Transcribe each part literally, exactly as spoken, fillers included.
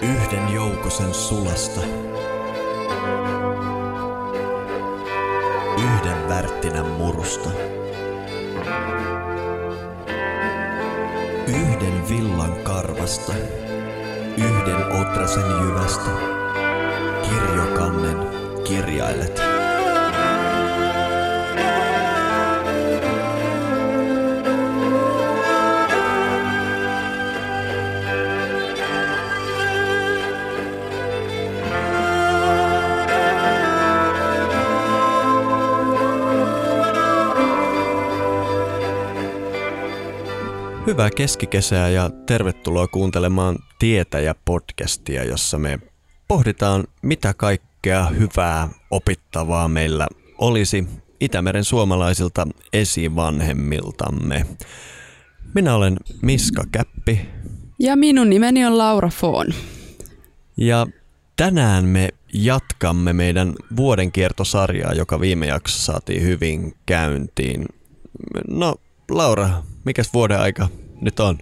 Yhden joukosen sulasta. Yhden värttinän murusta. Yhden villan karvasta. Yhden otrasen jyvästä. Kirjokannen kirjailet. Hyvää keskikesää ja tervetuloa kuuntelemaan Tietäjä-podcastia, jossa me pohditaan, mitä kaikkea hyvää opittavaa meillä olisi Itämeren suomalaisilta esivanhemmiltamme. Minä olen Miska Käppi. Ja minun nimeni on Laura Foon. Ja tänään me jatkamme meidän vuodenkiertosarjaa, joka viime jaksossa saatiin hyvin käyntiin. No Laura, mikäs vuoden aika nyt on?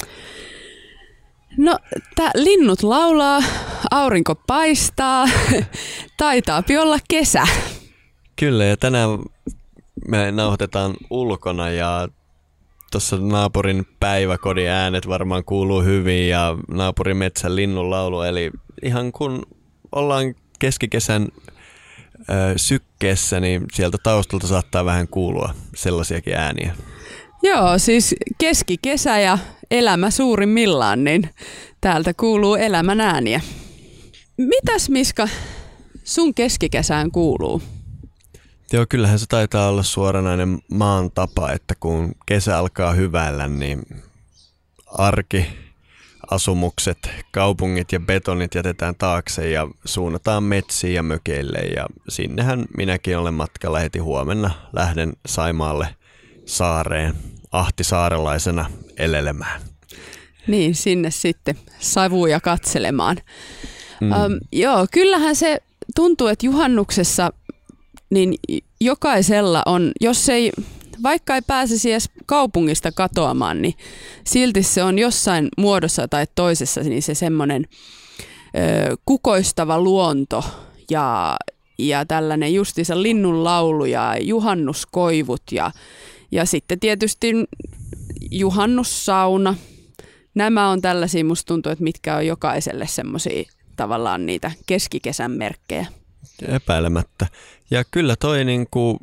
No, tää linnut laulaa, aurinko paistaa, taitaa olla kesä. Kyllä, ja tänään me nauhoitetaan ulkona ja tuossa naapurin päiväkodin äänet varmaan kuuluu hyvin ja naapurin metsän linnun laulu. Eli ihan kun ollaan keskikesän ö, sykkeessä, niin sieltä taustalta saattaa vähän kuulua sellaisiakin ääniä. Joo, siis keskikesä ja elämä suurimmillaan, niin täältä kuuluu elämän ääniä. Mitäs Miska sun keskikesään kuuluu? Joo, kyllähän se taitaa olla suoranainen maan tapa, että kun kesä alkaa hyvällä, niin arki, asumukset, kaupungit ja betonit jätetään taakse ja suunnataan metsiin ja mökeille. Ja sinnehän minäkin olen matkalla heti huomenna. Lähden Saimaalle saareen ahtisaarelaisena elelemään. Niin, sinne sitten savuja katselemaan. Mm. Um, joo, kyllähän se tuntuu, että juhannuksessa niin jokaisella on, jos ei, vaikka ei pääsisi edes kaupungista katoamaan, niin silti se on jossain muodossa tai toisessa niin se semmoinen ö, kukoistava luonto ja, ja tällainen justiinsa linnun laulu ja juhannuskoivut ja Ja sitten tietysti juhannussauna. Nämä on tällaisia, musta tuntuu, että mitkä on jokaiselle semmoisia tavallaan niitä keskikesän merkkejä. Epäilemättä. Ja kyllä toi niinku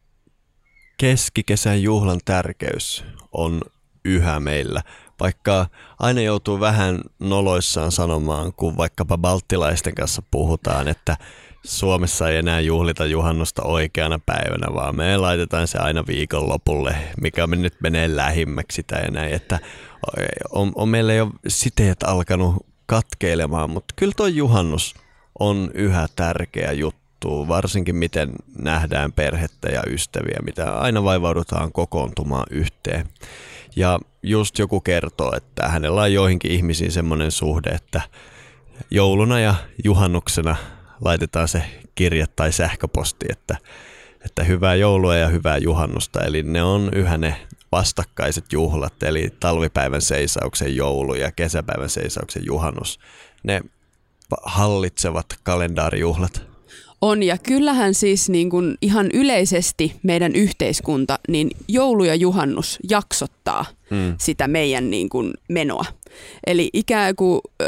keskikesän juhlan tärkeys on yhä meillä. Vaikka aina joutuu vähän noloissaan sanomaan, kun vaikkapa balttilaisten kanssa puhutaan, että Suomessa ei enää juhlita juhannusta oikeana päivänä, vaan me laitetaan se aina viikonlopulle, mikä me nyt menee lähimmäksi sitä ja näin. Että on, on meillä jo siteet alkanut katkeilemaan, mutta kyllä tuo juhannus on yhä tärkeä juttu, varsinkin miten nähdään perhettä ja ystäviä, mitä aina vaivaudutaan kokoontumaan yhteen. Ja just joku kertoo, että hänellä on joihinkin ihmisiin semmoinen suhde, että jouluna ja juhannuksena laitetaan se kirje tai sähköposti, että, että hyvää joulua ja hyvää juhannusta. Eli ne on yhä ne vastakkaiset juhlat, eli talvipäivän seisauksen joulu ja kesäpäivän seisauksen juhannus. Ne hallitsevat kalendaarijuhlat. On, ja kyllähän siis niin kuin ihan yleisesti meidän yhteiskunta, niin joulu ja juhannus jaksottaa hmm. sitä meidän niin kuin menoa. Eli ikään kuin ö,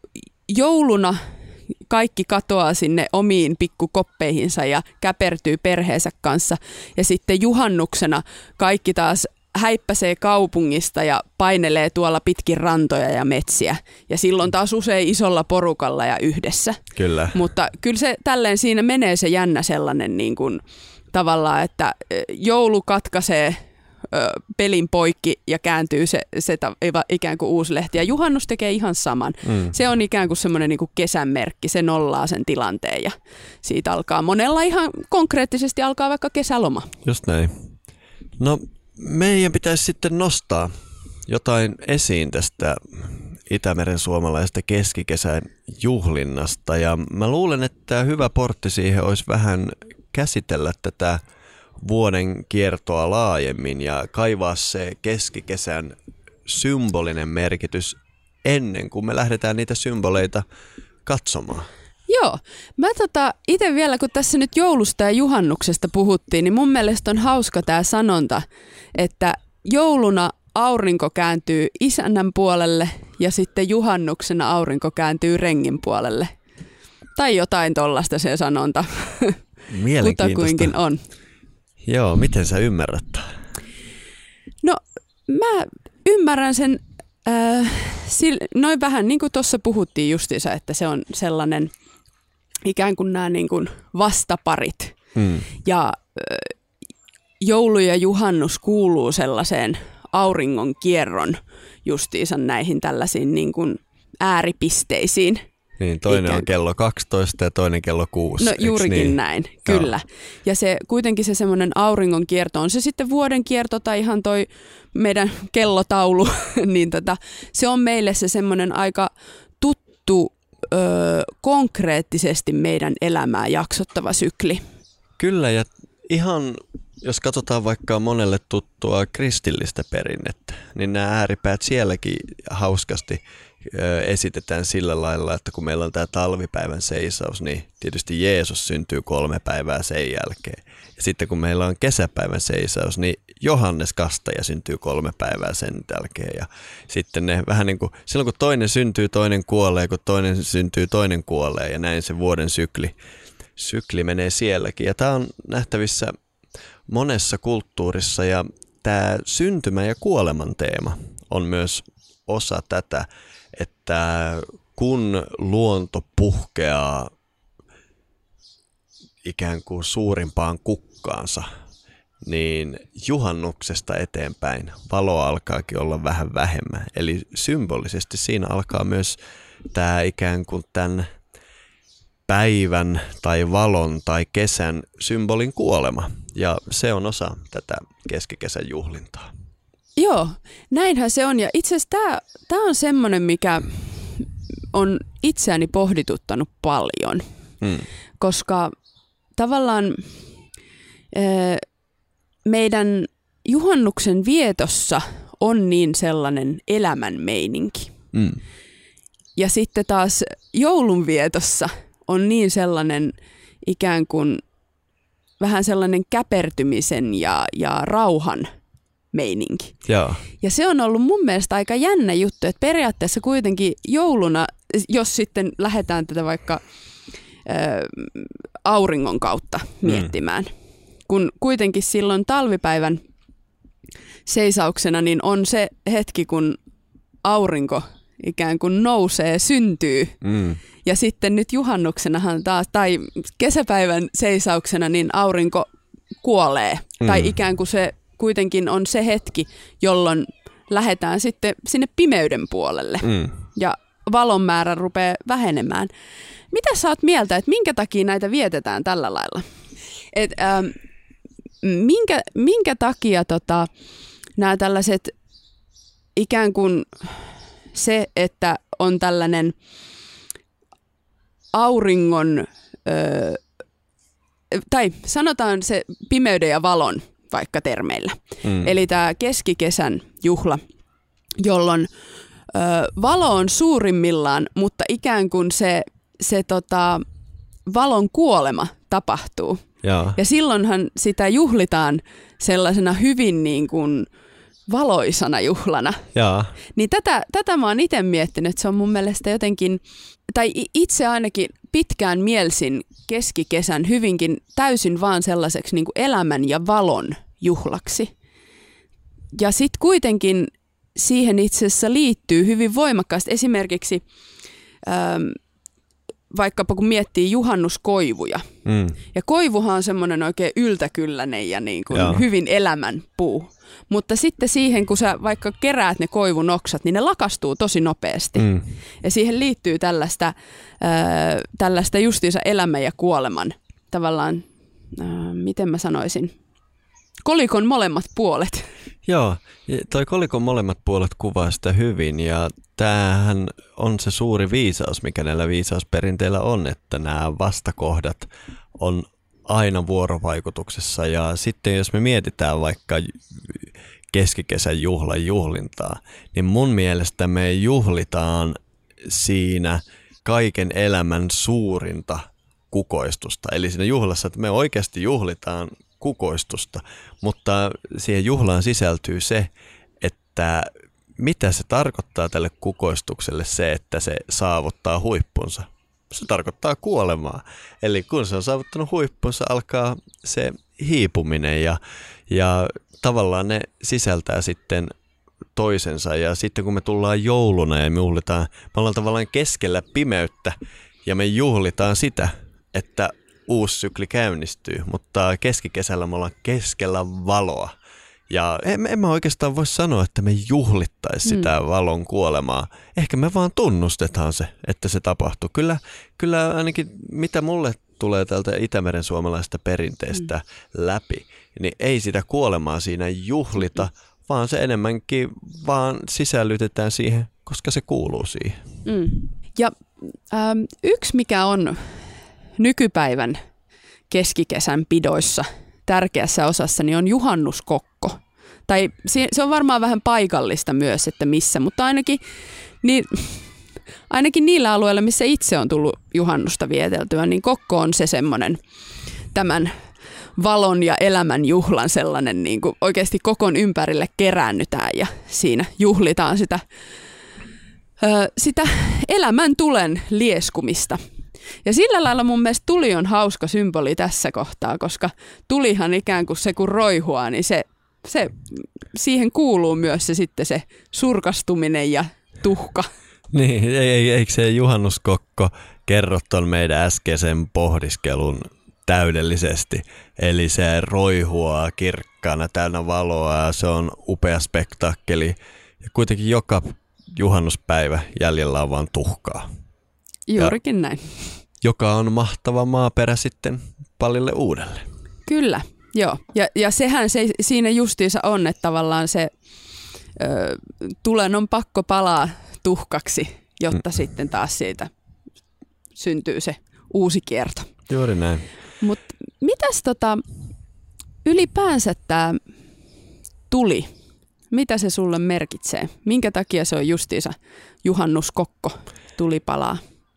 jouluna kaikki katoaa sinne omiin pikkukoppeihinsa ja käpertyy perheensä kanssa. Ja sitten juhannuksena kaikki taas häippäsee kaupungista ja painelee tuolla pitkin rantoja ja metsiä. Ja silloin taas usein isolla porukalla ja yhdessä. Kyllä. Mutta kyllä se tälleen siinä menee se jännä sellainen niin kuin, tavallaan, että joulu katkaisee ö, pelin poikki ja kääntyy se, se ikään kuin uusi lehti. Ja juhannus tekee ihan saman. Mm. Se on ikään kuin semmoinen niin kuin kesän merkki, se nollaa sen tilanteen ja siitä alkaa monella ihan konkreettisesti alkaa vaikka kesäloma. Just näin. No meidän pitäisi sitten nostaa jotain esiin tästä Itämeren suomalaisesta keskikesän juhlinnasta ja mä luulen, että hyvä portti siihen olisi vähän käsitellä tätä vuoden kiertoa laajemmin ja kaivaa se keskikesän symbolinen merkitys ennen kuin me lähdetään niitä symboleita katsomaan. Joo. Mä tota, itse vielä, kun tässä nyt joulusta ja juhannuksesta puhuttiin, niin mun mielestä on hauska tämä sanonta, että jouluna aurinko kääntyy isännän puolelle ja sitten juhannuksena aurinko kääntyy rengin puolelle. Tai jotain tollaista se sanonta. Mielenkiintoista. Kutakuinkin on. Joo, miten sä ymmärrät? No mä ymmärrän sen äh, noin vähän niin kuin tuossa puhuttiin justiinsa, että se on sellainen ikään kuin nämä niin kuin vastaparit. Mm. Ja äh, joulu ja juhannus kuuluu sellaiseen auringon kierron justiinsa näihin tällaisiin niin kuin ääripisteisiin. Niin, toinen ikään. on kello kaksitoista ja toinen kello kuusi. No juurikin niin? näin, kyllä. Joo. Ja se kuitenkin se semmoinen auringon kierto, on se sitten vuoden kierto tai ihan toi meidän kellotaulu, niin tota, se on meille se semmoinen aika tuttu, ö, konkreettisesti meidän elämää jaksottava sykli. Kyllä, ja ihan jos katsotaan vaikka monelle tuttua kristillistä perinnettä, niin nämä ääripäät sielläkin hauskasti esitetään sillä lailla, että kun meillä on tämä talvipäivän seisaus, niin tietysti Jeesus syntyy kolme päivää sen jälkeen. Ja sitten kun meillä on kesäpäivän seisaus, niin Johannes Kastaja syntyy kolme päivää sen jälkeen. Ja sitten ne vähän niin kuin, silloin kun toinen syntyy, toinen kuolee, kun toinen syntyy, toinen kuolee. Ja näin se vuoden sykli, sykli menee sielläkin. Ja tämä on nähtävissä monessa kulttuurissa, ja tämä syntymä- ja kuoleman teema on myös osa tätä, että kun luonto puhkeaa ikään kuin suurimpaan kukkaansa, niin juhannuksesta eteenpäin valoa alkaakin olla vähän vähemmän. Eli symbolisesti siinä alkaa myös tämä ikään kuin tämän päivän tai valon tai kesän symbolin kuolema. Ja se on osa tätä keskikesän juhlintaa. Joo, näinhän se on. Ja itse asiassa tämä, tämä on semmoinen, mikä on itseäni pohdituttanut paljon, hmm. koska tavallaan e, meidän juhannuksen vietossa on niin sellainen elämän meininki. Hmm. Ja sitten taas joulun vietossa on niin sellainen ikään kuin vähän sellainen käpertymisen ja, ja rauhan meininki. Joo. Ja se on ollut mun mielestä aika jännä juttu, että periaatteessa kuitenkin jouluna, jos sitten lähdetään tätä vaikka ä, auringon kautta miettimään, mm. kun kuitenkin silloin talvipäivän seisauksena niin on se hetki, kun aurinko ikään kuin nousee, syntyy. Mm. Ja sitten nyt juhannuksenahan taas, tai kesäpäivän seisauksena, niin aurinko kuolee. Mm. Tai ikään kuin se kuitenkin on se hetki, jolloin lähdetään sitten sinne pimeyden puolelle. Mm. Ja valon määrä rupeaa vähenemään. Mitä sä oot mieltä, että minkä takia näitä vietetään tällä lailla? Et, ähm, minkä, minkä takia tota, nämä tällaiset ikään kuin se, että on tällainen auringon, ö, tai sanotaan se pimeyden ja valon vaikka termeillä. Mm. Eli tämä keskikesän juhla, jolloin ö, valo on suurimmillaan, mutta ikään kuin se, se tota, valon kuolema tapahtuu. Jaa. Ja silloinhan sitä juhlitaan sellaisena hyvin niin kuin valoisana juhlana. Jaa. Niin tätä, tätä mä oon itse miettinyt, että se on mun mielestä jotenkin, tai itse ainakin pitkään mielsin keskikesän hyvinkin täysin vaan sellaiseksi niin kuin elämän ja valon juhlaksi. Ja sitten kuitenkin siihen itse asiassa liittyy hyvin voimakkaasti esimerkiksi ähm, vaikkapa kun miettii juhannuskoivuja. Mm. Ja koivuhan on semmoinen oikein yltäkylläinen ja niin kuin hyvin elämän puu. Mutta sitten siihen, kun sä vaikka keräät ne koivun oksat, niin ne lakastuu tosi nopeasti. Mm. Ja siihen liittyy tällaista, äh, tällaista justiinsa elämän ja kuoleman tavallaan, äh, miten mä sanoisin, kolikon molemmat puolet. Joo, toi kolikon molemmat puolet kuvaa sitä hyvin ja tämähän on se suuri viisaus, mikä näillä viisausperinteillä on, että nämä vastakohdat on aina vuorovaikutuksessa ja sitten jos me mietitään vaikka keskikesän juhlan juhlintaa, niin mun mielestä me juhlitaan siinä kaiken elämän suurinta kukoistusta. Eli siinä juhlassa, että me oikeasti juhlitaan kukoistusta, mutta siihen juhlaan sisältyy se, että mitä se tarkoittaa tälle kukoistukselle se, että se saavuttaa huippunsa. Se tarkoittaa kuolemaa. Eli kun se on saavuttanut huippunsa, alkaa se hiipuminen ja, ja tavallaan ne sisältää sitten toisensa. Ja sitten kun me tullaan jouluna ja me juhlitaan, me ollaan tavallaan keskellä pimeyttä ja me juhlitaan sitä, että uusi sykli käynnistyy, mutta keskikesällä me ollaan keskellä valoa. Ja en, en mä oikeastaan voi sanoa, että me juhlittaisi sitä mm. valon kuolemaa. Ehkä me vaan tunnustetaan se, että se tapahtuu. Kyllä, kyllä ainakin mitä mulle tulee tältä Itämeren suomalaisesta perinteestä mm. läpi, niin ei sitä kuolemaa siinä juhlita, mm. vaan se enemmänkin vaan sisällytetään siihen, koska se kuuluu siihen. Mm. Ja ähm, yksi mikä on nykypäivän keskikesän pidoissa tärkeässä osassa, niin on juhannuskokko. Tai se on varmaan vähän paikallista myös, että missä, mutta ainakin, niin, ainakin niillä alueilla, missä itse on tullut juhannusta vieteltyä, niin kokko on se semmoinen tämän valon ja elämän juhlan sellainen, niin kuin oikeasti kokon ympärille keräännytään ja siinä juhlitaan sitä, sitä elämän tulen lieskumista. Ja sillä lailla mun mielestä tuli on hauska symboli tässä kohtaa, koska tulihan ikään kuin se kun roihuaa, niin se, se, siihen kuuluu myös se sitten se surkastuminen ja tuhka. Niin, eikö se juhannuskokko kerro ton meidän äskeisen pohdiskelun täydellisesti? Eli se roihuaa kirkkaana täynnä valoa ja se on upea spektaakkeli. Ja kuitenkin joka juhannuspäivä jäljellä on vaan tuhkaa. Juurikin ja, näin. Joka on mahtava maaperä sitten palille uudelle. Kyllä, joo. Ja, ja sehän se, siinä justiinsa on, että tavallaan se ö, tulen on pakko palaa tuhkaksi, jotta mm. sitten taas siitä syntyy se uusi kierto. Juuri näin. Mutta mitäs tota, ylipäänsä tämä tuli, mitä se sulle merkitsee? Minkä takia se on justiinsa juhannuskokko, tuli palaa?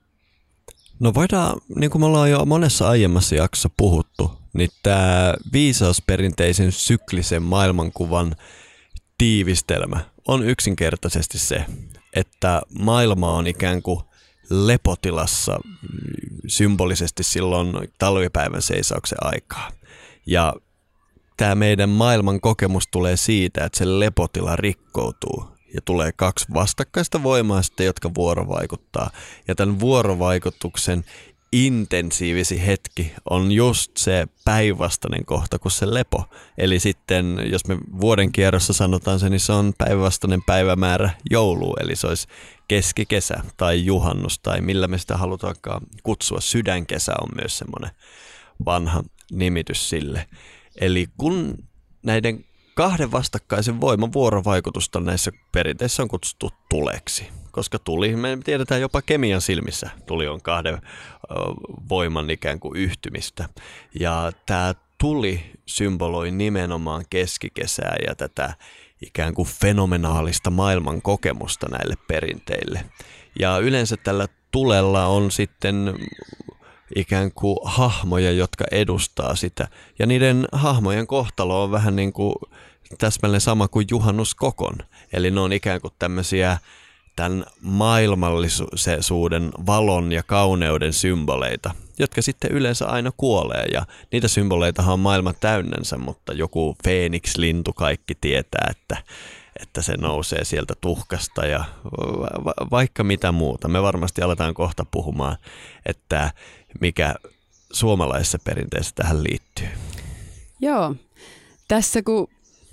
No voidaan, niin kuin me ollaan jo monessa aiemmassa jaksossa puhuttu, niin tämä viisausperinteisen syklisen maailmankuvan tiivistelmä on yksinkertaisesti se, että maailma on ikään kuin lepotilassa symbolisesti silloin talvipäivän seisauksen aikaa. Ja tämä meidän maailman kokemus tulee siitä, että se lepotila rikkoutuu. Ja tulee kaksi vastakkaista voimaa sitten, jotka vuorovaikuttaa. Ja tämän vuorovaikutuksen intensiivisi hetki on just se päinvastainen kohta kuin se lepo. Eli sitten, jos me vuoden kierrossa sanotaan se, niin se on päinvastainen päivämäärä joulu. Eli se olisi keskikesä tai juhannus tai millä me sitä halutaankaan kutsua. Sydänkesä on myös semmoinen vanha nimitys sille. Eli kun näiden kahden vastakkaisen voiman vuorovaikutusta näissä perinteissä on kutsuttu tuleksi, koska tuli, me tiedetään jopa kemian silmissä, tuli on kahden voiman ikään kuin yhtymistä. Ja tämä tuli symboloi nimenomaan keskikesää ja tätä ikään kuin fenomenaalista maailman kokemusta näille perinteille. Ja yleensä tällä tulella on sitten ikään kuin hahmoja, jotka edustaa sitä. Ja niiden hahmojen kohtalo on vähän niin kuin täsmälleen sama kuin juhannuskokon. Eli ne on ikään kuin tämmöisiä tämän maailmallisuuden, valon ja kauneuden symboleita, jotka sitten yleensä aina kuolee. Ja niitä symboleitahan on maailma täynnänsä, mutta joku Feeniks-lintu kaikki tietää, että, että se nousee sieltä tuhkasta ja va- vaikka mitä muuta. Me varmasti aletaan kohta puhumaan, että mikä suomalaisessa perinteessä tähän liittyy. Joo, tässä kun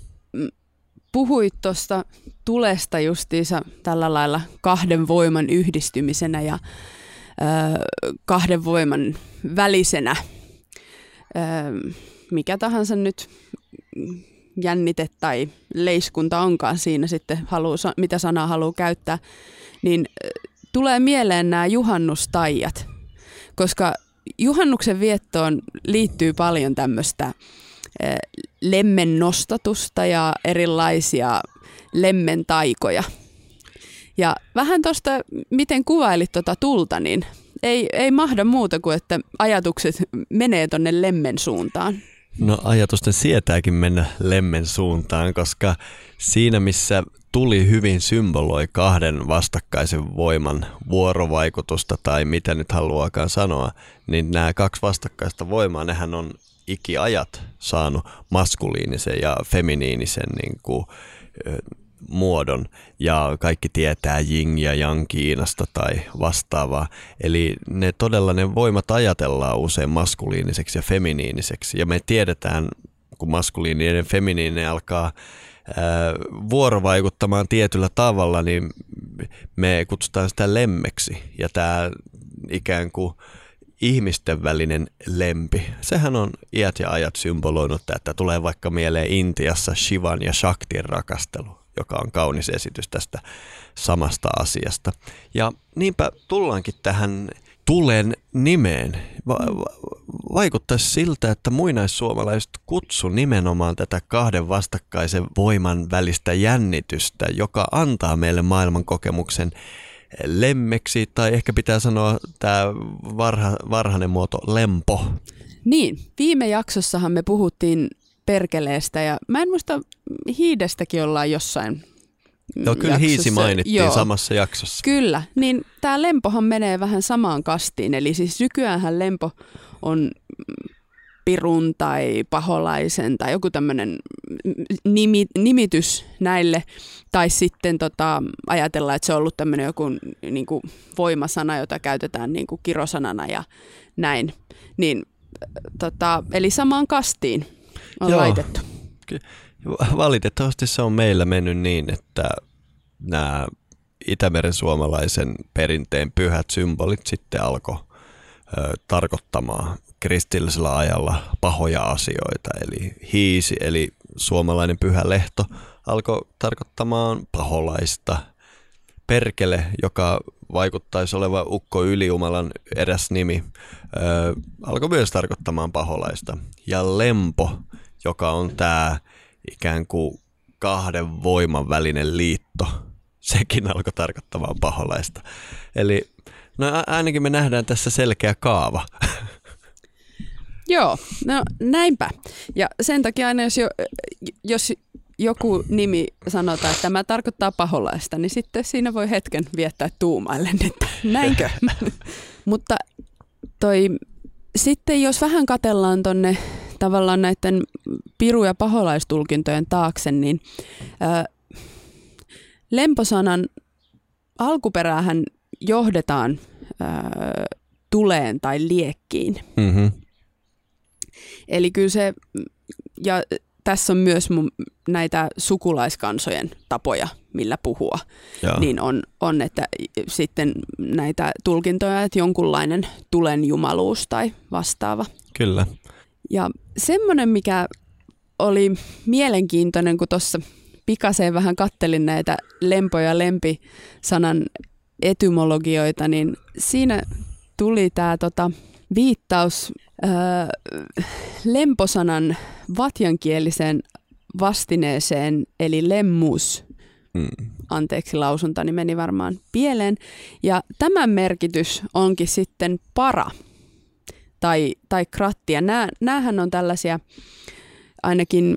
puhuit tuosta tulesta justiinsa tällä lailla kahden voiman yhdistymisenä ja ö, kahden voiman välisenä, ö, mikä tahansa nyt jännite tai leiskunta onkaan siinä sitten, haluu, mitä sanaa haluaa käyttää, niin tulee mieleen nämä juhannustaijat, koska juhannuksen viettoon liittyy paljon tämmöistä lemmen nostatusta ja erilaisia lemmen taikoja. Ja vähän tuosta, miten kuvailit tuota tulta, niin ei, ei mahda muuta kuin, että ajatukset menee tuonne lemmen suuntaan. No ajatusten sietääkin mennä lemmen suuntaan, koska siinä missä tuli hyvin symboloi kahden vastakkaisen voiman vuorovaikutusta tai mitä nyt haluaakaan sanoa, niin nämä kaksi vastakkaista voimaa, nehän on ikiajat saanut maskuliinisen ja feminiinisen niin kuin, muodon ja kaikki tietää Jing ja Yang Kiinasta tai vastaavaa. Eli ne todella ne voimat ajatellaan usein maskuliiniseksi ja feminiiniseksi ja me tiedetään, kun maskuliininen ja feminiininen alkaa ää, vuorovaikuttamaan tietyllä tavalla, niin me kutsutaan sitä lemmeksi ja tämä ikään kuin ihmisten välinen lempi. Sehän on iät ja ajat symboloinut, että tulee vaikka mieleen Intiassa Shivan ja Shaktin rakastelu, joka on kaunis esitys tästä samasta asiasta. Ja niinpä tullaankin tähän tulen nimeen. Va- va- vaikuttaisi siltä, että muinaissuomalaiset kutsu nimenomaan tätä kahden vastakkaisen voiman välistä jännitystä, joka antaa meille maailmankokemuksen lemmeksi, tai ehkä pitää sanoa tämä varha, varhainen muoto lempo. Niin, viime jaksossahan me puhuttiin perkeleestä ja mä en muista, hiidestäkin ollaan jossain Joo, kyllä jaksossa. Hiisi mainittiin Joo. samassa jaksossa. Kyllä, niin tämä lempohan menee vähän samaan kastiin, eli siis nykyäänhän lempo on pirun tai paholaisen tai joku tämmöinen nimi, nimitys näille, tai sitten tota, ajatellaan, että se on ollut tämmöinen joku niin kuin voimasana, jota käytetään niin kuin kirosanana ja näin. Niin, tota, eli samaan kastiin on Joo. laitettu. Valitettavasti se on meillä mennyt niin, että nämä Itämeren suomalaisen perinteen pyhät symbolit sitten alkoi ö, tarkoittamaan kristillisellä ajalla pahoja asioita. Eli hiisi, eli suomalainen pyhä lehto, alkoi tarkoittamaan paholaista. Perkele, joka vaikuttaisi olevan Ukko Ylijumalan eräs nimi, ö, alkoi myös tarkoittamaan paholaista. Ja lempo, joka on tämä ikään kuin kahden voiman välinen liitto, sekin alkoi tarkoittamaan paholaista. Eli no ainakin me nähdään tässä selkeä kaava. Joo, no näinpä. Ja sen takia aina jos, jo, jos joku nimi sanotaan, että tämä tarkoittaa paholaista, niin sitten siinä voi hetken viettää tuumaillen, että näinkö? Mutta toi, sitten jos vähän katsellaan tonne tavallaan näiden piru- ja paholaistulkintojen taakse, niin ää, lemposanan alkuperähän johdetaan ää, tuleen tai liekkiin. Mm-hmm. Eli kyllä se, ja tässä on myös mun näitä sukulaiskansojen tapoja, millä puhua, Jaa. niin on, on, että sitten näitä tulkintoja, että jonkunlainen tulen jumaluus tai vastaava. Kyllä. Ja semmoinen, mikä oli mielenkiintoinen, kun tuossa pikaseen vähän kattelin näitä lempo- ja lempisanan etymologioita, niin siinä tuli tämä tota, viittaus ää, lemposanan vatjankieliseen vastineeseen, eli lemmus. Mm. Anteeksi, lausuntani meni varmaan pieleen. Ja tämän merkitys onkin sitten para tai, tai krattia. Nää, näähän on tällaisia, ainakin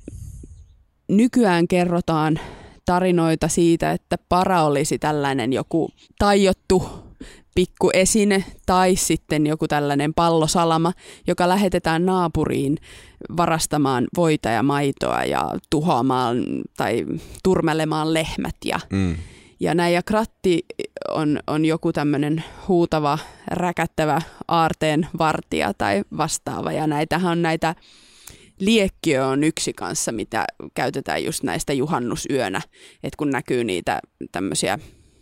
nykyään kerrotaan tarinoita siitä, että para olisi tällainen joku tajottu pikkuesine tai sitten joku tällainen pallosalama, joka lähetetään naapuriin varastamaan voita ja maitoa ja tuhoamaan tai turmelemaan lehmät. Ja, mm. ja näin, ja kratti on, on joku tämmöinen huutava, räkättävä aarteen vartija tai vastaava. Ja näitähän on näitä, liekkiö on yksi kanssa, mitä käytetään just näistä juhannusyönä, että kun näkyy niitä tämmöisiä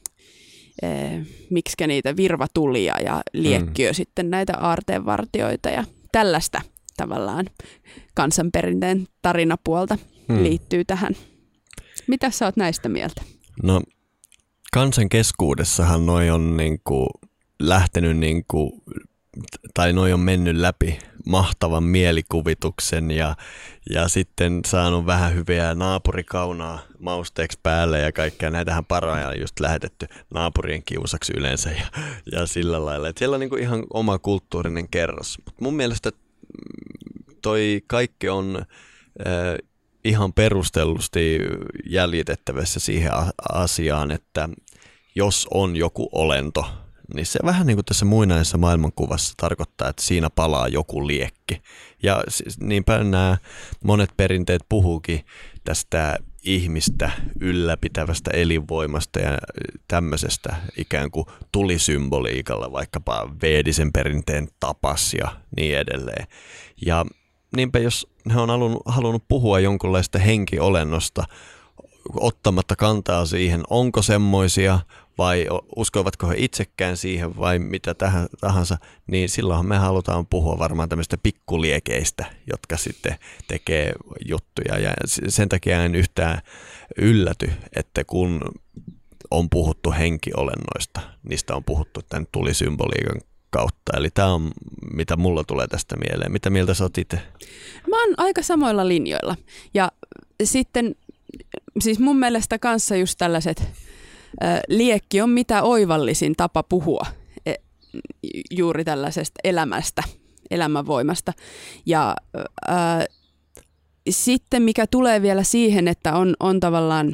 Eh, miksikä niitä virvatulia ja liekkiö mm. sitten näitä aarteenvartioita ja tällaista tavallaan kansanperinteen tarinapuolta mm. liittyy tähän. Mitä sä oot näistä mieltä? No kansan keskuudessahan noi on niinku lähtenyt niinku, tai noi on mennyt läpi mahtavan mielikuvituksen ja, ja sitten saanut vähän hyviä naapurikaunaa mausteeksi päälle ja kaikkea. Näitähän paroja on just lähetetty naapurien kiusaksi yleensä ja, ja sillä lailla. Et siellä on niinku ihan oma kulttuurinen kerros. Mut mun mielestä toi kaikki on äh, ihan perustellusti jäljitettävissä siihen asiaan, että jos on joku olento, niin se vähän niin kuin tässä muinaisessa maailmankuvassa tarkoittaa, että siinä palaa joku liekki. Ja niinpä nämä monet perinteet puhuukin tästä ihmistä ylläpitävästä elinvoimasta ja tämmöisestä ikään kuin tulisymboliikalla, vaikkapa veedisen perinteen tapas ja niin edelleen. Ja niinpä jos he on halunnut, halunnut puhua jonkunlaista henkiolennosta, ottamatta kantaa siihen, onko semmoisia vai uskoivatko he itsekään siihen vai mitä tähän, tahansa, niin silloinhan me halutaan puhua varmaan tämmöistä pikkuliekeistä, jotka sitten tekee juttuja. Ja sen takia en yhtään ylläty, että kun on puhuttu henkiolennoista, niistä on puhuttu tämän tulisymboliikan kautta. Eli tämä on, mitä mulla tulee tästä mieleen. Mitä mieltä sä oot itse? Mä oon aika samoilla linjoilla. Ja sitten siis mun mielestä kanssa just tällaiset ä, liekki on mitä oivallisin tapa puhua e, juuri tällaisesta elämästä, elämänvoimasta. Ja ä, sitten mikä tulee vielä siihen, että on, on tavallaan,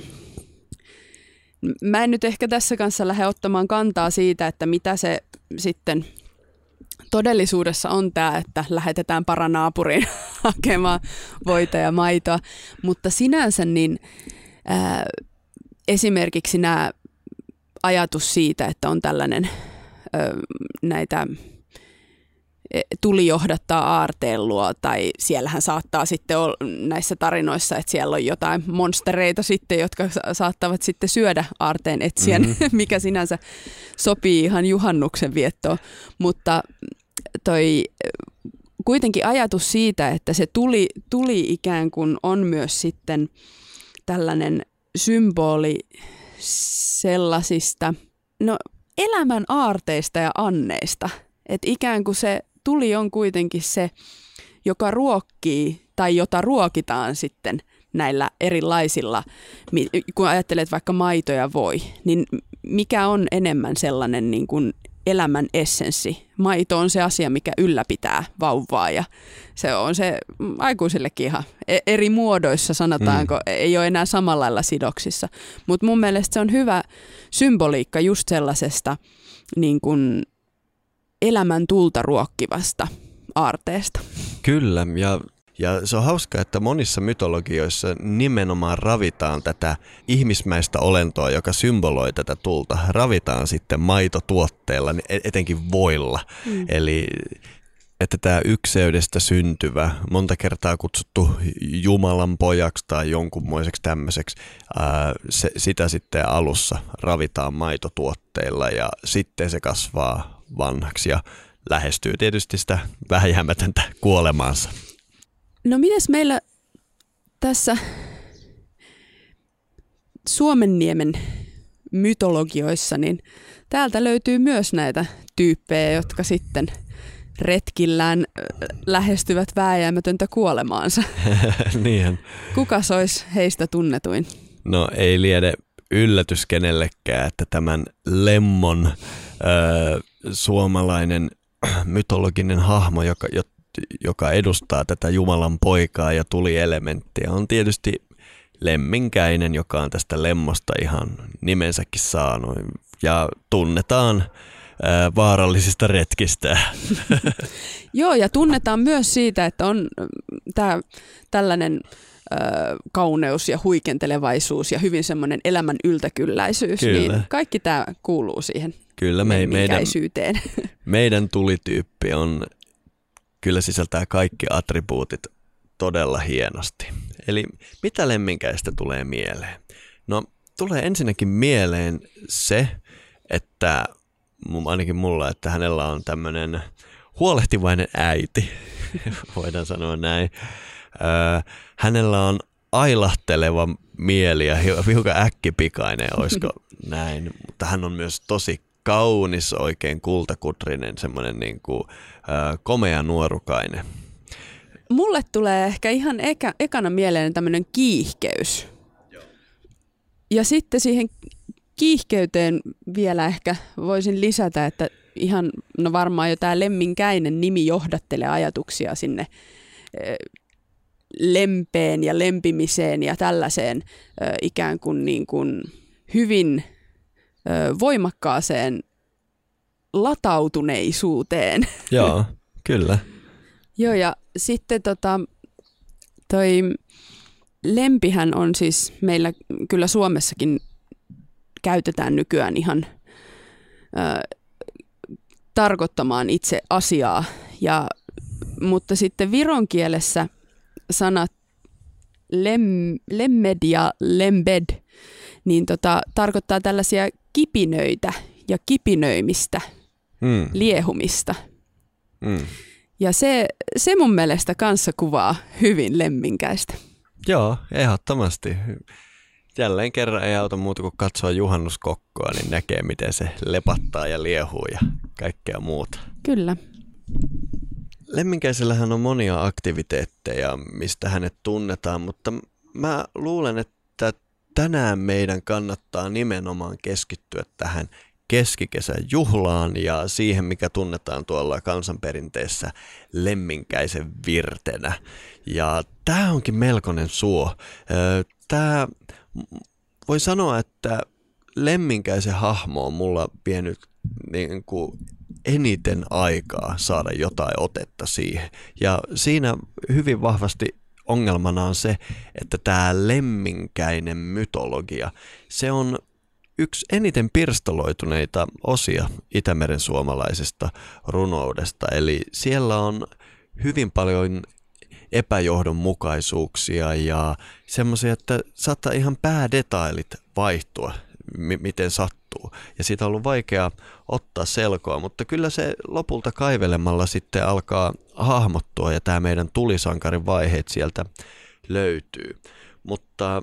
mä en nyt ehkä tässä kanssa lähde ottamaan kantaa siitä, että mitä se sitten todellisuudessa on tämä, että lähetetään paranaapuriin hakemaan voita ja maitoa, mutta sinänsä niin ää, esimerkiksi nämä ajatus siitä, että on tällainen ää, näitä tuli johdattaa aarteen luo, tai siellähän saattaa sitten olla näissä tarinoissa, että siellä on jotain monstereita sitten, jotka saattavat sitten syödä aarteen etsijän, mm-hmm. mikä sinänsä sopii ihan juhannuksen viettoon, mutta toi kuitenkin ajatus siitä, että se tuli, tuli ikään kuin on myös sitten tällainen symboli sellaisista no, elämän aarteista ja anneista, että ikään kuin se tuli on kuitenkin se, joka ruokkii tai jota ruokitaan sitten näillä erilaisilla, kun ajattelet vaikka maito ja voi, niin mikä on enemmän sellainen niin kuin elämän essenssi. Maito on se asia, mikä ylläpitää vauvaa ja se on se aikuisillekin ihan eri muodoissa, sanotaanko, mm. ei ole enää samalla lailla sidoksissa. Mutta mun mielestä se on hyvä symboliikka just sellaisesta niin kuin elämän tulta ruokkivasta aarteesta. Kyllä, ja, ja se on hauska, että monissa mytologioissa nimenomaan ravitaan tätä ihmismäistä olentoa, joka symboloi tätä tulta. Ravitaan sitten maitotuotteella, etenkin voilla. Mm. Eli että tämä ykseydestä syntyvä, monta kertaa kutsuttu Jumalan pojaksi tai jonkunmoiseksi tämmöiseksi, ää, se, sitä sitten alussa ravitaan maitotuotteilla ja sitten se kasvaa vanhaksi ja lähestyy tietysti sitä vähäjäämätöntä kuolemaansa. No mites meillä tässä Suomenniemen mytologioissa, niin täältä löytyy myös näitä tyyppejä, jotka sitten retkillään lähestyvät vääjäämätöntä kuolemaansa. Niinhän. Kuka olisi heistä tunnetuin? No ei liene yllätys kenellekään, että tämän Lemmon äh, suomalainen mytologinen hahmo, joka, joka edustaa tätä Jumalan poikaa ja tulielementtiä, on tietysti Lemminkäinen, joka on tästä Lemmosta ihan nimensäkin saanut ja tunnetaan ää, vaarallisista retkistä. Joo, ja tunnetaan myös siitä, että on tämä tällainen ää, kauneus ja huikentelevaisuus ja hyvin semmoinen elämän yltäkylläisyys, Kyllä. niin kaikki tämä kuuluu siihen. Kyllä, me, meidän, meidän tulityyppi on, kyllä sisältää kaikki attribuutit todella hienosti. Eli mitä Lemminkäistä tulee mieleen? No tulee ensinnäkin mieleen se, että ainakin mulla, että hänellä on tämmöinen huolehtivainen äiti, voidaan sanoa näin. Öö, hänellä on ailahteleva mieli ja hiukan äkkipikainen, olisiko näin, mutta hän on myös tosi kaunis, oikein kultakutrinen, semmoinen niin kuin, äh, komea nuorukainen. Mulle tulee ehkä ihan eka, ekana mieleen tämmöinen kiihkeys. Joo. Ja sitten siihen kiihkeyteen vielä ehkä voisin lisätä, että ihan, no varmaan jo tämä lemminkäinen nimi johdattelee ajatuksia sinne lempeen ja lempimiseen ja tällaiseen ikään kuin, niin kuin hyvin voimakkaaseen latautuneisuuteen. Joo, kyllä. Joo, ja sitten tota, toi lempihän on siis meillä kyllä Suomessakin käytetään nykyään ihan ö, tarkoittamaan itse asiaa, ja, mutta sitten viron kielessä sanat lem, lemmed ja lembed niin tota, tarkoittaa tällaisia kipinöitä ja kipinöimistä, mm. liehumista. Mm. Ja se, se mun mielestä kanssa kuvaa hyvin lemminkäistä. Joo, ehdottomasti. Jälleen kerran ei auta muuta kuin katsoa juhannuskokkoa, niin näkee miten se lepattaa ja liehuu ja kaikkea muuta. Kyllä. Lemminkäisellähän on monia aktiviteetteja, mistä hänet tunnetaan, mutta mä luulen, että tänään meidän kannattaa nimenomaan keskittyä tähän keskikesän juhlaan ja siihen, mikä tunnetaan tuolla kansanperinteessä lemminkäisen virtenä. Ja tämä onkin melkoinen suo. Tämä, voi sanoa, että lemminkäisen hahmo on mulla vienyt niin kuin eniten aikaa saada jotain otetta siihen. Ja siinä hyvin vahvasti ongelmana on se, että tämä lemminkäinen mytologia, se on yksi eniten pirstaloituneita osia Itämeren suomalaisesta runoudesta. Eli siellä on hyvin paljon epäjohdonmukaisuuksia ja semmoisia, että saattaa ihan päädetailit vaihtua, m- miten sattuu. Ja siitä on ollut vaikea ottaa selkoa, mutta kyllä se lopulta kaivelemalla sitten alkaa hahmottua ja tämä meidän tulisankarin vaiheet sieltä löytyy. Mutta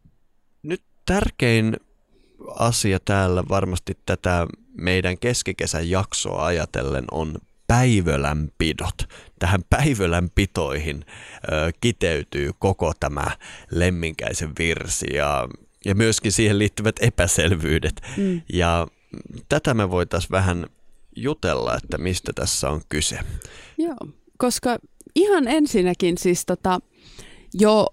nyt tärkein asia täällä varmasti tätä meidän keskikesän jaksoa ajatellen on päivölänpidot. Tähän päivölänpitoihin ö, kiteytyy koko tämä lemminkäisen virsi ja, ja myöskin siihen liittyvät epäselvyydet. Mm. Ja tätä me voitaisiin vähän jutella, että mistä tässä on kyse. Joo, koska ihan ensinnäkin siis tota, jo,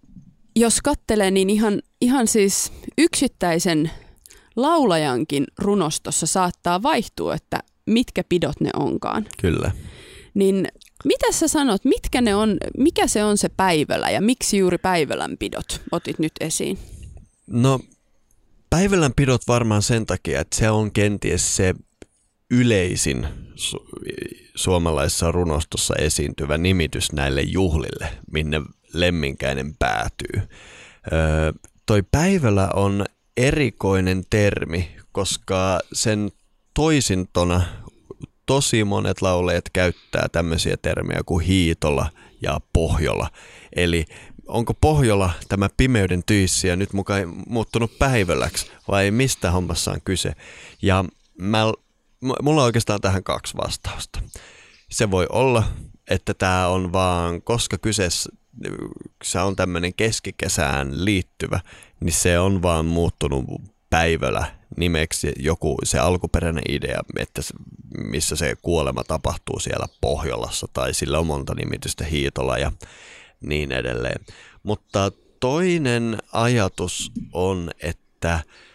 jos katselee, niin ihan, ihan siis yksittäisen laulajankin runostossa saattaa vaihtua, että mitkä pidot ne onkaan. Kyllä. Niin mitä sä sanot, mitkä ne on, mikä se on se päivälä ja miksi juuri päivälänpidot otit nyt esiin? No päivälänpidot varmaan sen takia, että se on kenties se yleisin su- suomalaisessa runostossa esiintyvä nimitys näille juhlille, minne lemminkäinen päätyy. Öö, toi päivälä on erikoinen termi, koska sen toisintona tosi monet laulajat käyttää tämmöisiä termejä kuin hiitola ja pohjola. Eli onko Pohjola tämä pimeyden tyissi ja nyt mukaan muuttunut päiväläksi vai mistä hommassa on kyse? Ja mä, mulla on oikeastaan tähän kaksi vastausta. Se voi olla, että tämä on vaan, koska kyseessä se on tämmöinen keskikesään liittyvä, niin se on vaan muuttunut päivälä nimeksi joku se alkuperäinen idea, että missä se kuolema tapahtuu siellä Pohjolassa tai sillä on monta nimitystä, Hiitola ja niin edelleen. Mutta toinen ajatus on, että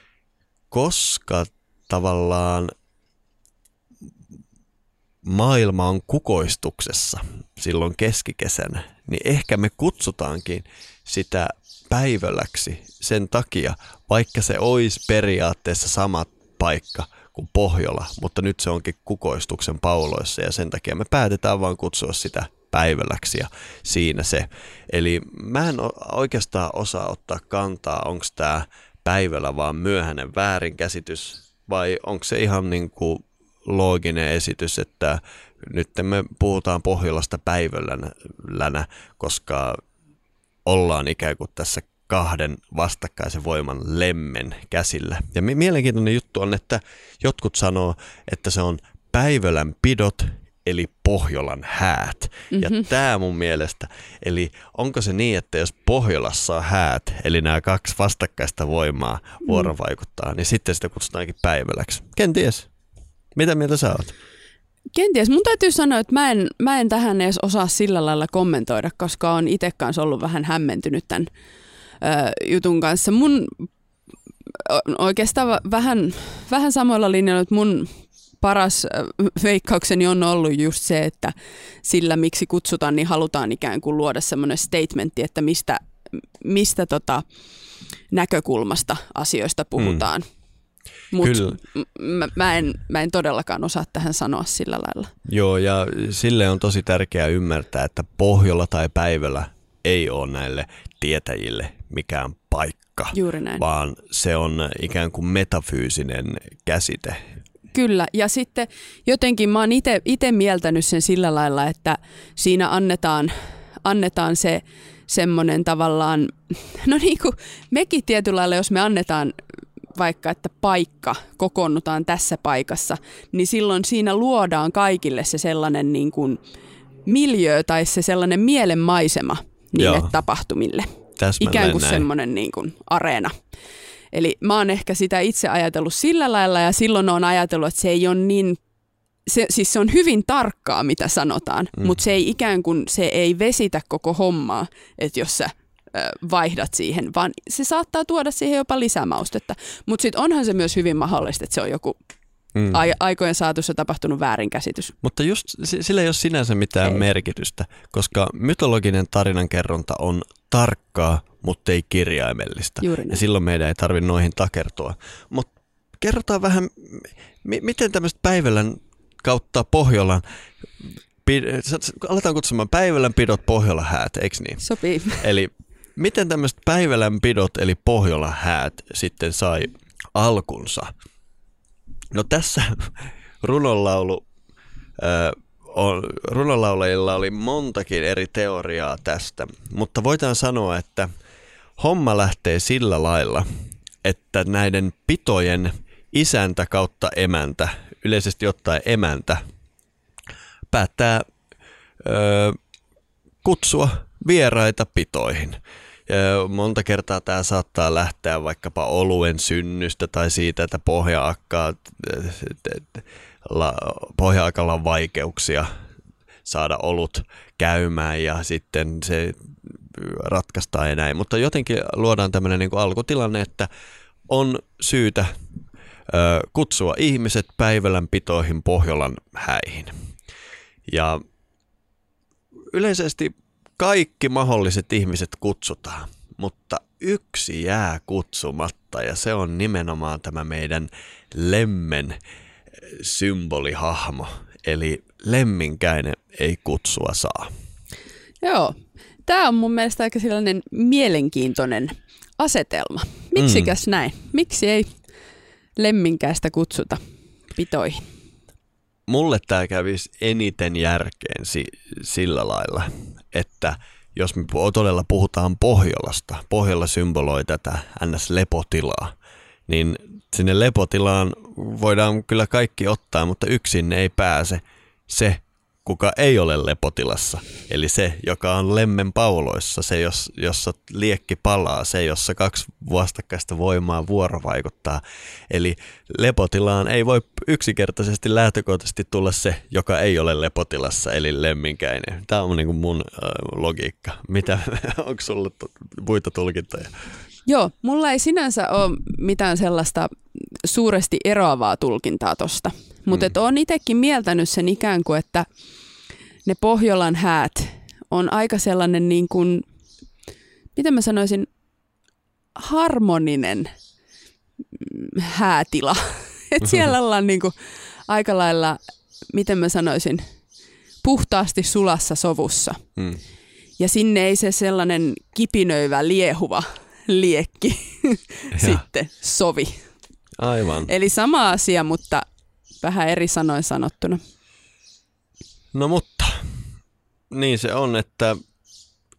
koska tavallaan maailma on kukoistuksessa silloin keskikesänä, niin ehkä me kutsutaankin sitä päiväläksi sen takia, vaikka se olisi periaatteessa sama paikka kuin Pohjola, mutta nyt se onkin kukoistuksen pauloissa ja sen takia me päätetään vaan kutsua sitä päiväläksi ja siinä se. Eli mä en oikeastaan osaa ottaa kantaa, onko tämä päivälä vaan myöhäinen väärinkäsitys vai onko se ihan niin kuin looginen esitys, että nyt me puhutaan Pohjolasta päivälänä, koska ollaan ikään kuin tässä kahden vastakkaisen voiman lemmen käsillä. Ja mielenkiintoinen juttu on, että jotkut sanoo, että se on Päivölän pidot, eli Pohjolan häät. Mm-hmm. Ja tämä mun mielestä, eli onko se niin, että jos Pohjolassa on häät, eli nämä kaksi vastakkaista voimaa vuorovaikuttaa, mm. niin sitten sitä kutsutaankin Päiväläksi. Kenties. Mitä mieltä sä oot? Kenties. Mun täytyy sanoa, että mä en, mä en tähän edes osaa sillä lailla kommentoida, koska on itse kanssa ollut vähän hämmentynyt tämän ö, jutun kanssa. Mun oikeastaan vähän, vähän samoilla linjoilla, että mun paras veikkaukseni on ollut just se, että sillä miksi kutsutaan, niin halutaan ikään kuin luoda semmoinen statementti, että mistä, mistä tota näkökulmasta asioista puhutaan. Mm. Mutta mä, mä, en, mä en todellakaan osaa tähän sanoa sillä lailla. Joo, ja sille on tosi tärkeää ymmärtää, että Pohjola tai Päivälä ei ole näille tietäjille mikään paikka, juuri näin, vaan se on ikään kuin metafyysinen käsite. Kyllä, ja sitten jotenkin mä oon itse mieltänyt sen sillä lailla, että siinä annetaan, annetaan se semmoinen tavallaan, no niin kuin mekin tietyllä lailla, jos me annetaan vaikka, että paikka, kokoonnutaan tässä paikassa, niin silloin siinä luodaan kaikille se sellainen niin kuin miljöö tai se sellainen mielenmaisema niille Joo. tapahtumille. Täsmälleen ikään kuin näin. semmoinen niin kuin areena. Eli mä oon ehkä sitä itse ajatellut sillä lailla ja silloin on ajatellut, että se ei ole niin, se, siis se on hyvin tarkkaa mitä sanotaan, mm. mutta se ei ikään kuin, se ei vesitä koko hommaa, että jos sä vaihdat siihen, vaan se saattaa tuoda siihen jopa lisämaustetta. Mutta sitten onhan se myös hyvin mahdollista, että se on joku mm. a- aikojen saatossa tapahtunut väärinkäsitys. Mutta just sillä ei ole sinänsä mitään ei. merkitystä, koska mytologinen tarinankerronta on tarkkaa, mutta ei kirjaimellista. Ja silloin meidän ei tarvitse noihin takertua. Mutta kerrotaan vähän, m- miten tämmöistä Päivälän kautta Pohjolan, aletaan kutsumaan Päivälän pidot Pohjolan häät, eikö niin? Sopii. Eli miten tämmöiset Päivälän pidot eli Pohjolan häät sitten sai alkunsa? No tässä runonlaulu, äh, on, runonlaulajilla oli montakin eri teoriaa tästä, mutta voidaan sanoa, että homma lähtee sillä lailla, että näiden pitojen isäntä kautta emäntä, yleisesti ottaen emäntä, päättää ö, kutsua vieraita pitoihin. Ja monta kertaa tämä saattaa lähteä vaikkapa oluen synnystä tai siitä, että pohja-akkaa, pohja-akalla on vaikeuksia saada olut käymään ja sitten se ratkaistaan ja näin. Mutta jotenkin luodaan tämmöinen niin kuin alkutilanne, että on syytä ö, kutsua ihmiset Päivälän pitoihin Pohjolan häihin. Ja yleisesti kaikki mahdolliset ihmiset kutsutaan, mutta yksi jää kutsumatta ja se on nimenomaan tämä meidän lemmen symbolihahmo, eli lemminkäinen ei kutsua saa. Joo, tämä on mun mielestä aika sellainen mielenkiintoinen asetelma. Miksikäs mm. näin? Miksi ei lemminkäistä kutsuta pitoihin? Mulle tämä kävisi eniten järkeen si- sillä lailla, että jos me todella puhutaan Pohjolasta, Pohjola symboloi tätä ns-lepotilaa, niin sinne lepotilaan voidaan kyllä kaikki ottaa, mutta yksin ei pääse se, kuka ei ole lepotilassa. Eli se, joka on lemmen pauloissa, se, jos, jossa liekki palaa, se, jossa kaksi vastakkaista voimaa vuorovaikuttaa. Eli lepotilaan ei voi yksinkertaisesti lähtökohtaisesti tulla se, joka ei ole lepotilassa, eli lemminkäinen. Tämä on niin kuin mun äh, logiikka. Mitä, onko sulla t- muita tulkintoja? Joo, mulla ei sinänsä ole mitään sellaista suuresti eroavaa tulkintaa tosta. Mutta mm. olen itsekin mieltänyt sen ikään kuin, että ne Pohjolan häät on aika sellainen niin kuin, miten mä sanoisin, harmoninen häätila. Että siellä ollaan niin kuin aika lailla, miten mä sanoisin, puhtaasti sulassa sovussa. Mm. Ja sinne ei se sellainen kipinöivä, liehuva liekki sitten sovi. Aivan. Eli sama asia, mutta vähän eri sanoin sanottuna. No mutta, niin se on, että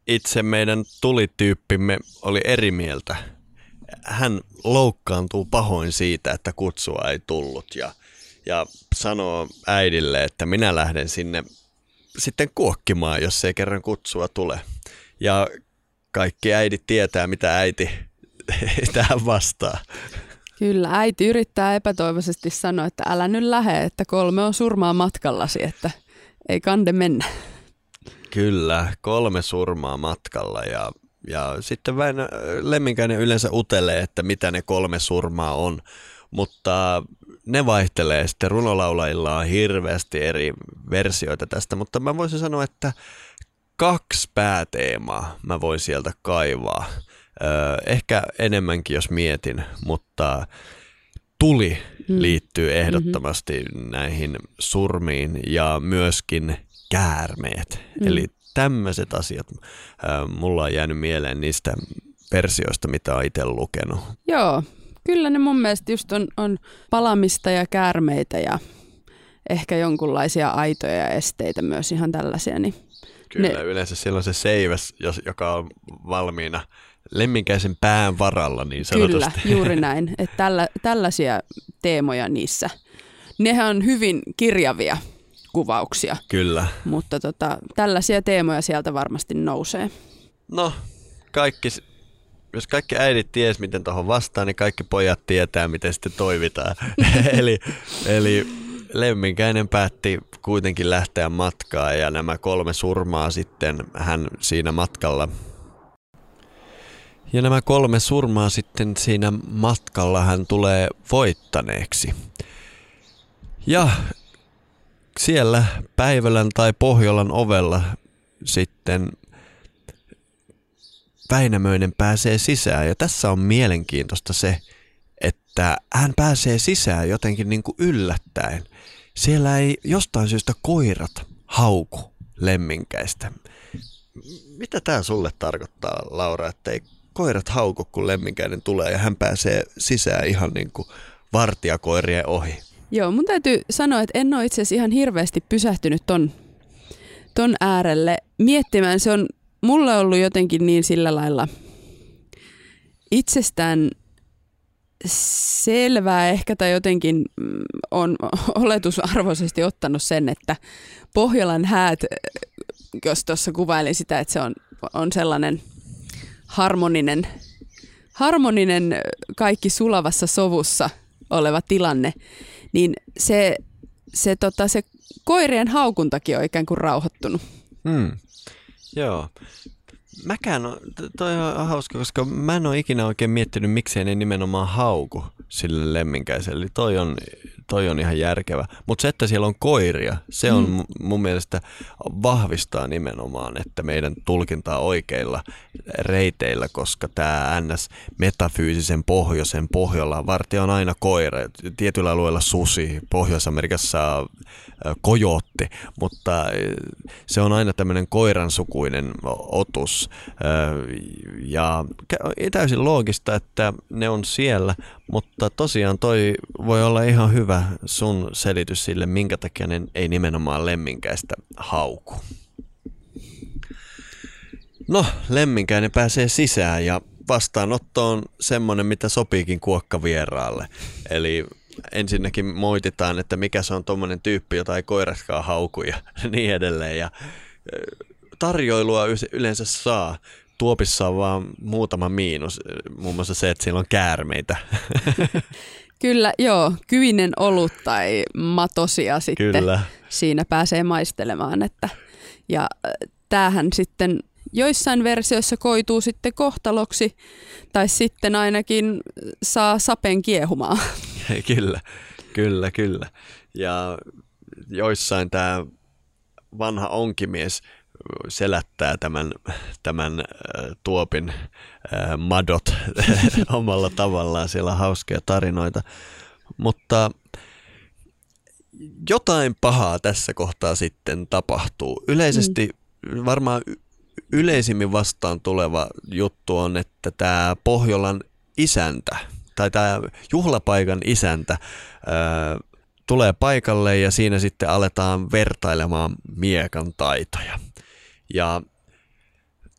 itse meidän tulityyppimme oli eri mieltä. Hän loukkaantuu pahoin siitä, että kutsua ei tullut ja, ja sanoo äidille, että minä lähden sinne sitten kuokkimaan, jos ei kerran kutsua tule. Ja kaikki äidit tietää, mitä äiti tähän vastaa. Kyllä, äiti yrittää epätoivoisesti sanoa, että älä nyt lähde, että kolme on surmaa matkallasi, että ei kande mennä. Kyllä, kolme surmaa matkalla ja, ja sitten Väinö Lemminkäinen yleensä utelee, että mitä ne kolme surmaa on, mutta ne vaihtelee sitten. Runolaulajilla on hirveästi eri versioita tästä, mutta mä voisin sanoa, että kaksi pääteemaa mä voin sieltä kaivaa. Öö, ehkä enemmänkin, jos mietin, mutta tuli liittyy ehdottomasti mm-hmm. näihin surmiin ja myöskin käärmeet. Mm. Eli tämmöiset asiat öö, mulla on jäänyt mieleen niistä versioista, mitä olen itse lukenut. Joo, kyllä ne mun mielestä just on, on palamista ja käärmeitä ja ehkä jonkunlaisia aitoja ja esteitä myös ihan tällaisia. Niin kyllä, ne... yleensä siellä on se seiväs, joka on valmiina Lemminkäisen pään varalla niin sanotusti. Kyllä, juuri näin. Että tällä, tällaisia teemoja niissä. Nehän on hyvin kirjavia kuvauksia. Kyllä. Mutta tota, tällaisia teemoja sieltä varmasti nousee. No, kaikki, jos kaikki äidit ties, miten tuohon vastaan, niin kaikki pojat tietää, miten sitten toimitaan. eli, eli Lemminkäinen päätti kuitenkin lähteä matkaan ja nämä kolme surmaa sitten hän siinä matkalla. Ja nämä kolme surmaa sitten siinä matkalla hän tulee voittaneeksi. Ja siellä Päivälän tai Pohjolan ovella sitten Väinämöinen pääsee sisään. Ja tässä on mielenkiintoista se, että hän pääsee sisään jotenkin niin kuin yllättäen. Siellä ei jostain syystä koirat hauku Lemminkäistä. Mitä tämä sulle tarkoittaa, Laura, että ei koirat hauku, kun Lemminkäinen tulee ja hän pääsee sisään ihan niin kuin vartijakoirien ohi? Joo, mun täytyy sanoa, että en ole itse asiassa ihan hirveästi pysähtynyt ton, ton äärelle miettimään. Se on mulle ollut jotenkin niin sillä lailla itsestään selvää ehkä tai jotenkin on oletusarvoisesti ottanut sen, että Pohjolan häät, jos tuossa kuvailin sitä, että se on, on sellainen harmoninen, harmoninen kaikki sulavassa sovussa oleva tilanne, niin se, se, tota, se koirien haukuntakin on ikään kuin rauhoittunut. Hmm. Joo. Mäkään on, toi on hauska, koska mä en ole ikinä oikein miettinyt, miksei ne nimenomaan hauku sille Lemminkäiselle. Eli toi on, toi on ihan järkevä. Mutta se, että siellä on koiria, se on mm. mun mielestä vahvistaa nimenomaan, että meidän tulkintaa oikeilla reiteillä, koska tämä N S-metafyysisen pohjoisen Pohjola vartija on aina koira. Tietyillä alueilla susi, Pohjois-Amerikassa kojotti, mutta se on aina tämmöinen koiransukuinen otus. Ja täysin loogista, että ne on siellä, mutta tosiaan toi voi olla ihan hyvä sun selitys sille, minkä takia ne ei nimenomaan Lemminkäistä hauku. No, Lemminkäinen pääsee sisään ja vastaanotto on semmoinen, mitä sopiikin kuokkavieraalle. Eli ensinnäkin moititaan, että mikä se on tommoinen tyyppi, jota ei koiratkaan hauku ja niin edelleen. Ja tarjoilua yleensä saa. Tuopissa on vaan muutama miinus, muun muassa se, että siellä on käärmeitä. Kyllä, joo. Kyinen olut tai matosia sitten Kyllä. siinä pääsee maistelemaan. Että, ja tämähän sitten joissain versioissa koituu sitten kohtaloksi tai sitten ainakin saa sapen kiehumaan. Kyllä, kyllä, kyllä. Ja joissain tämä vanha onkimies selättää tämän, tämän äh, tuopin äh, madot omalla tavallaan. Siellä on hauskoja tarinoita, mutta jotain pahaa tässä kohtaa sitten tapahtuu. Yleisesti mm. varmaan yleisimmin vastaan tuleva juttu on, että tämä Pohjolan isäntä tai tämä juhlapaikan isäntä ää, tulee paikalle ja siinä sitten aletaan vertailemaan miekan taitoja. Ja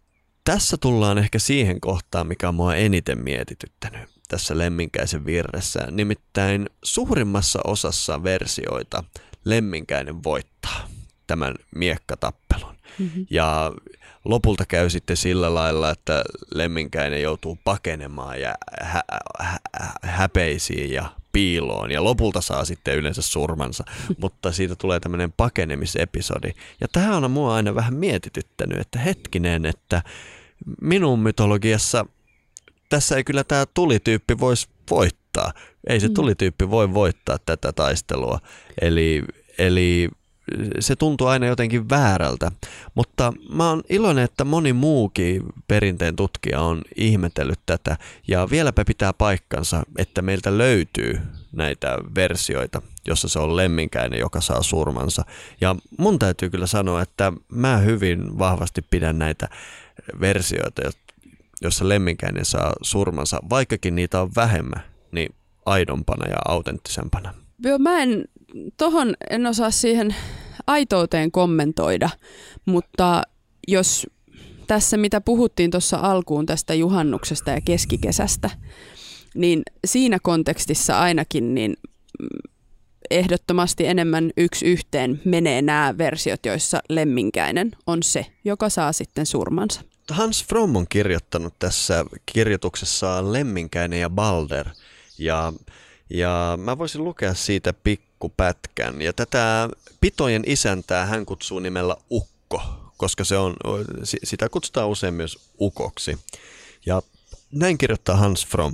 tässä tullaan ehkä siihen kohtaan, mikä on mua eniten mietityttänyt tässä Lemminkäisen virressä. Nimittäin suurimmassa osassa versioita Lemminkäinen voittaa tämän miekkatappelun. Mm-hmm. Ja lopulta käy sitten sillä lailla, että Lemminkäinen joutuu pakenemaan ja hä- hä- häpeisiin ja piiloon ja lopulta saa sitten yleensä surmansa, mutta siitä tulee tämmöinen pakenemisepisodi. Ja tähän on mua aina vähän mietityttänyt, että hetkinen, että minun mytologiassa tässä ei kyllä tämä tulityyppi voisi voittaa. Ei se tulityyppi voi voittaa tätä taistelua. Eli, eli se tuntuu aina jotenkin väärältä, mutta mä oon iloinen, että moni muukin perinteen tutkija on ihmetellyt tätä ja vieläpä pitää paikkansa, että meiltä löytyy näitä versioita, jossa se on Lemminkäinen, joka saa surmansa. Ja mun täytyy kyllä sanoa, että mä hyvin vahvasti pidän näitä versioita, jossa Lemminkäinen saa surmansa, vaikkakin niitä on vähemmän, niin aidompana ja autenttisempana. Joo, mä en, tohon en osaa siihen aitouteen kommentoida, mutta jos tässä mitä puhuttiin tuossa alkuun tästä juhannuksesta ja keskikesästä, niin siinä kontekstissa ainakin niin ehdottomasti enemmän yksi yhteen menee nämä versiot, joissa Lemminkäinen on se, joka saa sitten surmansa. Hans Fromm on kirjoittanut tässä kirjoituksessaan Lemminkäinen ja Balder ja Ja mä voisin lukea siitä pikkupätkän. Ja tätä pitojen isäntää hän kutsuu nimellä Ukko, koska se on, sitä kutsutaan usein myös Ukoksi. Ja näin kirjoittaa Hans Fromm.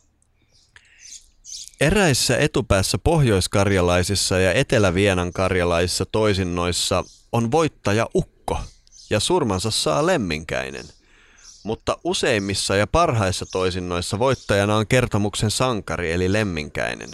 Eräissä etupäässä pohjoiskarjalaisissa ja etelä-vienankarjalaisissa toisinnoissa on voittaja Ukko, ja surmansa saa Lemminkäinen. Mutta useimmissa ja parhaissa toisinnoissa voittajana on kertomuksen sankari eli Lemminkäinen.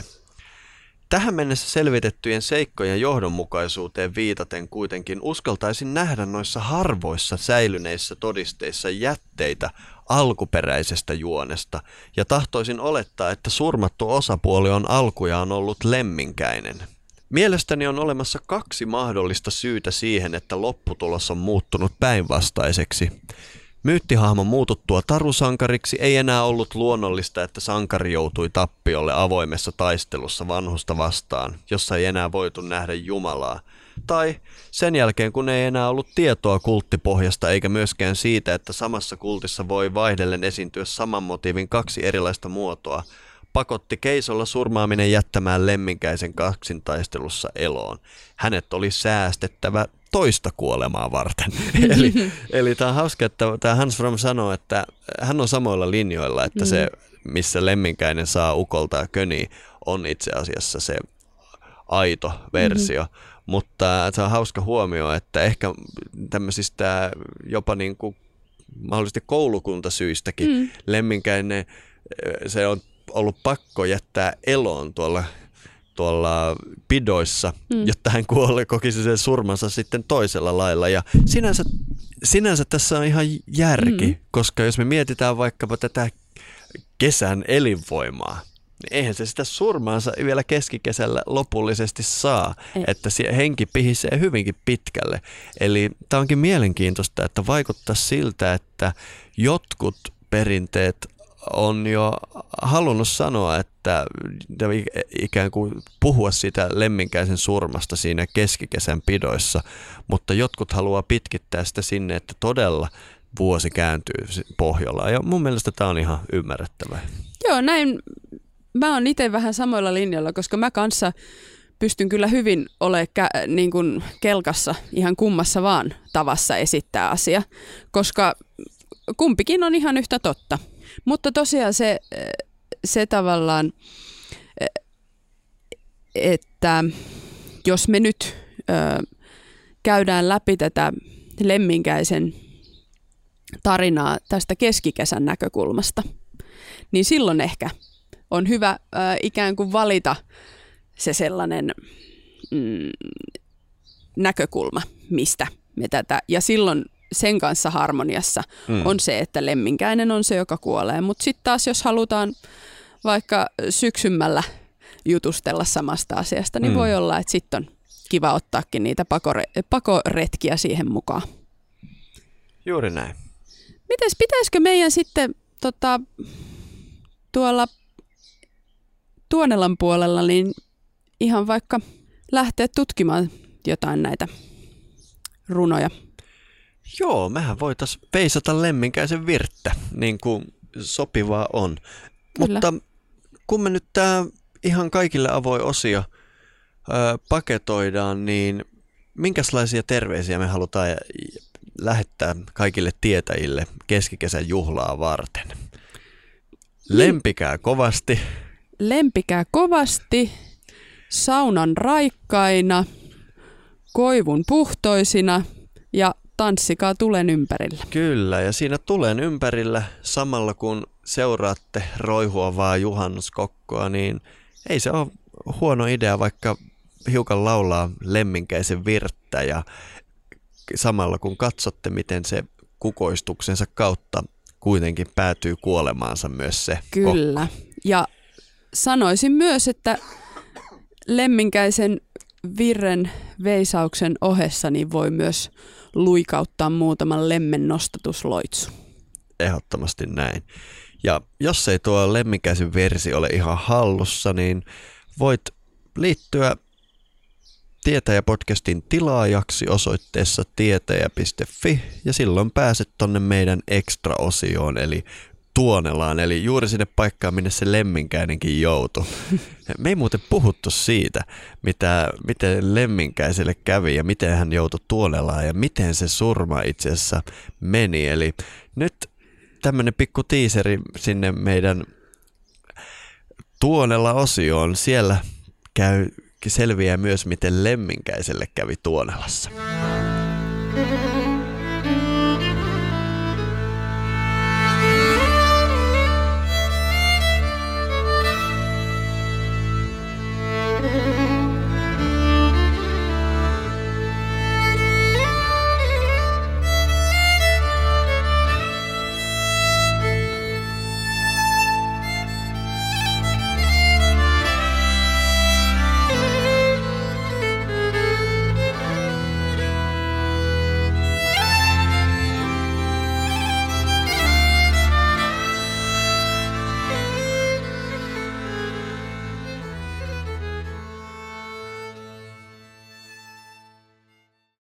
Tähän mennessä selvitettyjen seikkojen johdonmukaisuuteen viitaten kuitenkin uskaltaisin nähdä noissa harvoissa säilyneissä todisteissa jätteitä alkuperäisestä juonesta ja tahtoisin olettaa, että surmattu osapuoli on alkujaan ollut Lemminkäinen. Mielestäni on olemassa kaksi mahdollista syytä siihen, että lopputulos on muuttunut päinvastaiseksi. Myyttihahmon muututtua tarusankariksi ei enää ollut luonnollista, että sankari joutui tappiolle avoimessa taistelussa vanhusta vastaan, jossa ei enää voitu nähdä Jumalaa. Tai sen jälkeen, kun ei enää ollut tietoa kulttipohjasta eikä myöskään siitä, että samassa kultissa voi vaihdellen esiintyä saman motiivin kaksi erilaista muotoa, pakotti Keisolla surmaaminen jättämään Lemminkäisen kaksintaistelussa eloon. Hänet oli säästettävä toista kuolemaa varten. eli eli tämä on hauska, että tämä Hans Fromm sanoo, että hän on samoilla linjoilla, että mm. se, missä Lemminkäinen saa Ukolta köniä, on itse asiassa se aito versio. Mm-hmm. Mutta se on hauska huomio, että ehkä tämmöisistä jopa niin kuin mahdollisesti koulukuntasyistäkin mm. Lemminkäinen, se on ollut pakko jättää eloon tuolla, tuolla pidoissa, mm. jotta hän kuolle, kokisi sen surmansa sitten toisella lailla. Ja sinänsä, sinänsä tässä on ihan järki, mm. koska jos me mietitään vaikkapa tätä kesän elinvoimaa, niin eihän se sitä surmaansa vielä keskikesällä lopullisesti saa, Ei. että henki pihisee hyvinkin pitkälle. Eli tämä onkin mielenkiintoista, että vaikuttaa siltä, että jotkut perinteet on jo halunnut sanoa, että ikään kuin puhua siitä Lemminkäisen surmasta siinä keskikesän pidoissa, mutta jotkut haluaa pitkittää sitä sinne, että todella vuosi kääntyy Pohjolaan. Ja mun mielestä tämä on ihan ymmärrettävää. Joo, näin. Mä oon itse vähän samoilla linjoilla, koska mä kanssa pystyn kyllä hyvin olemaan kä- niin kuin kelkassa ihan kummassa vaan tavassa esittää asia, koska kumpikin on ihan yhtä totta. Mutta tosiaan se, se tavallaan, että jos me nyt ö, käydään läpi tätä Lemminkäisen tarinaa tästä keskikesän näkökulmasta, niin silloin ehkä on hyvä ö, ikään kuin valita se sellainen mm, näkökulma, mistä me tätä, ja silloin sen kanssa harmoniassa mm. on se, että Lemminkäinen on se, joka kuolee. Mutta sitten taas, jos halutaan vaikka syksymällä jutustella samasta asiasta, niin mm. voi olla, että sitten on kiva ottaakin niitä pakore- pakoretkiä siihen mukaan. Juuri näin. Mites, pitäisikö meidän sitten tota, tuolla Tuonelan puolella niin ihan vaikka lähteä tutkimaan jotain näitä runoja? Joo, mehän voitaisiin peisata Lemminkäisen virttä, niin kuin sopivaa on. Kyllä. Mutta kun me nyt tämä ihan kaikille avoin osio ö, paketoidaan, niin minkälaisia terveisiä me halutaan lähettää kaikille tietäjille keskikesän juhlaa varten? Lempikää kovasti. Lempikää kovasti, saunan raikkaina, koivun puhtoisina ja tanssikaa tulen ympärillä. Kyllä, ja siinä tulen ympärillä samalla kun seuraatte roihuavaa juhannuskokkoa, niin ei se ole huono idea vaikka hiukan laulaa Lemminkäisen virttä ja samalla kun katsotte, miten se kukoistuksensa kautta kuitenkin päätyy kuolemaansa myös se Kyllä, kokko. Ja sanoisin myös, että Lemminkäisen virren veisauksen ohessa niin voi myös luikauttaa muutaman lemmen nostatusloitsu. Ehdottomasti näin. Ja jos ei tuo Lemminkäisen versi ole ihan hallussa, niin voit liittyä Tietäjä-podcastin tilaajaksi osoitteessa tietäjä piste fi ja silloin pääset tonne meidän extra-osioon eli Tuonelaan, eli juuri sinne paikkaan, minne se Lemminkäinenkin joutui. Me ei muuten puhuttu siitä, mitä, miten Lemminkäiselle kävi ja miten hän joutui Tuonelaan ja miten se surma itse asiassa meni. Eli nyt tämmöinen pikku tiiseri sinne meidän Tuonela-osioon. Siellä käy, selviää myös, miten Lemminkäiselle kävi Tuonelassa.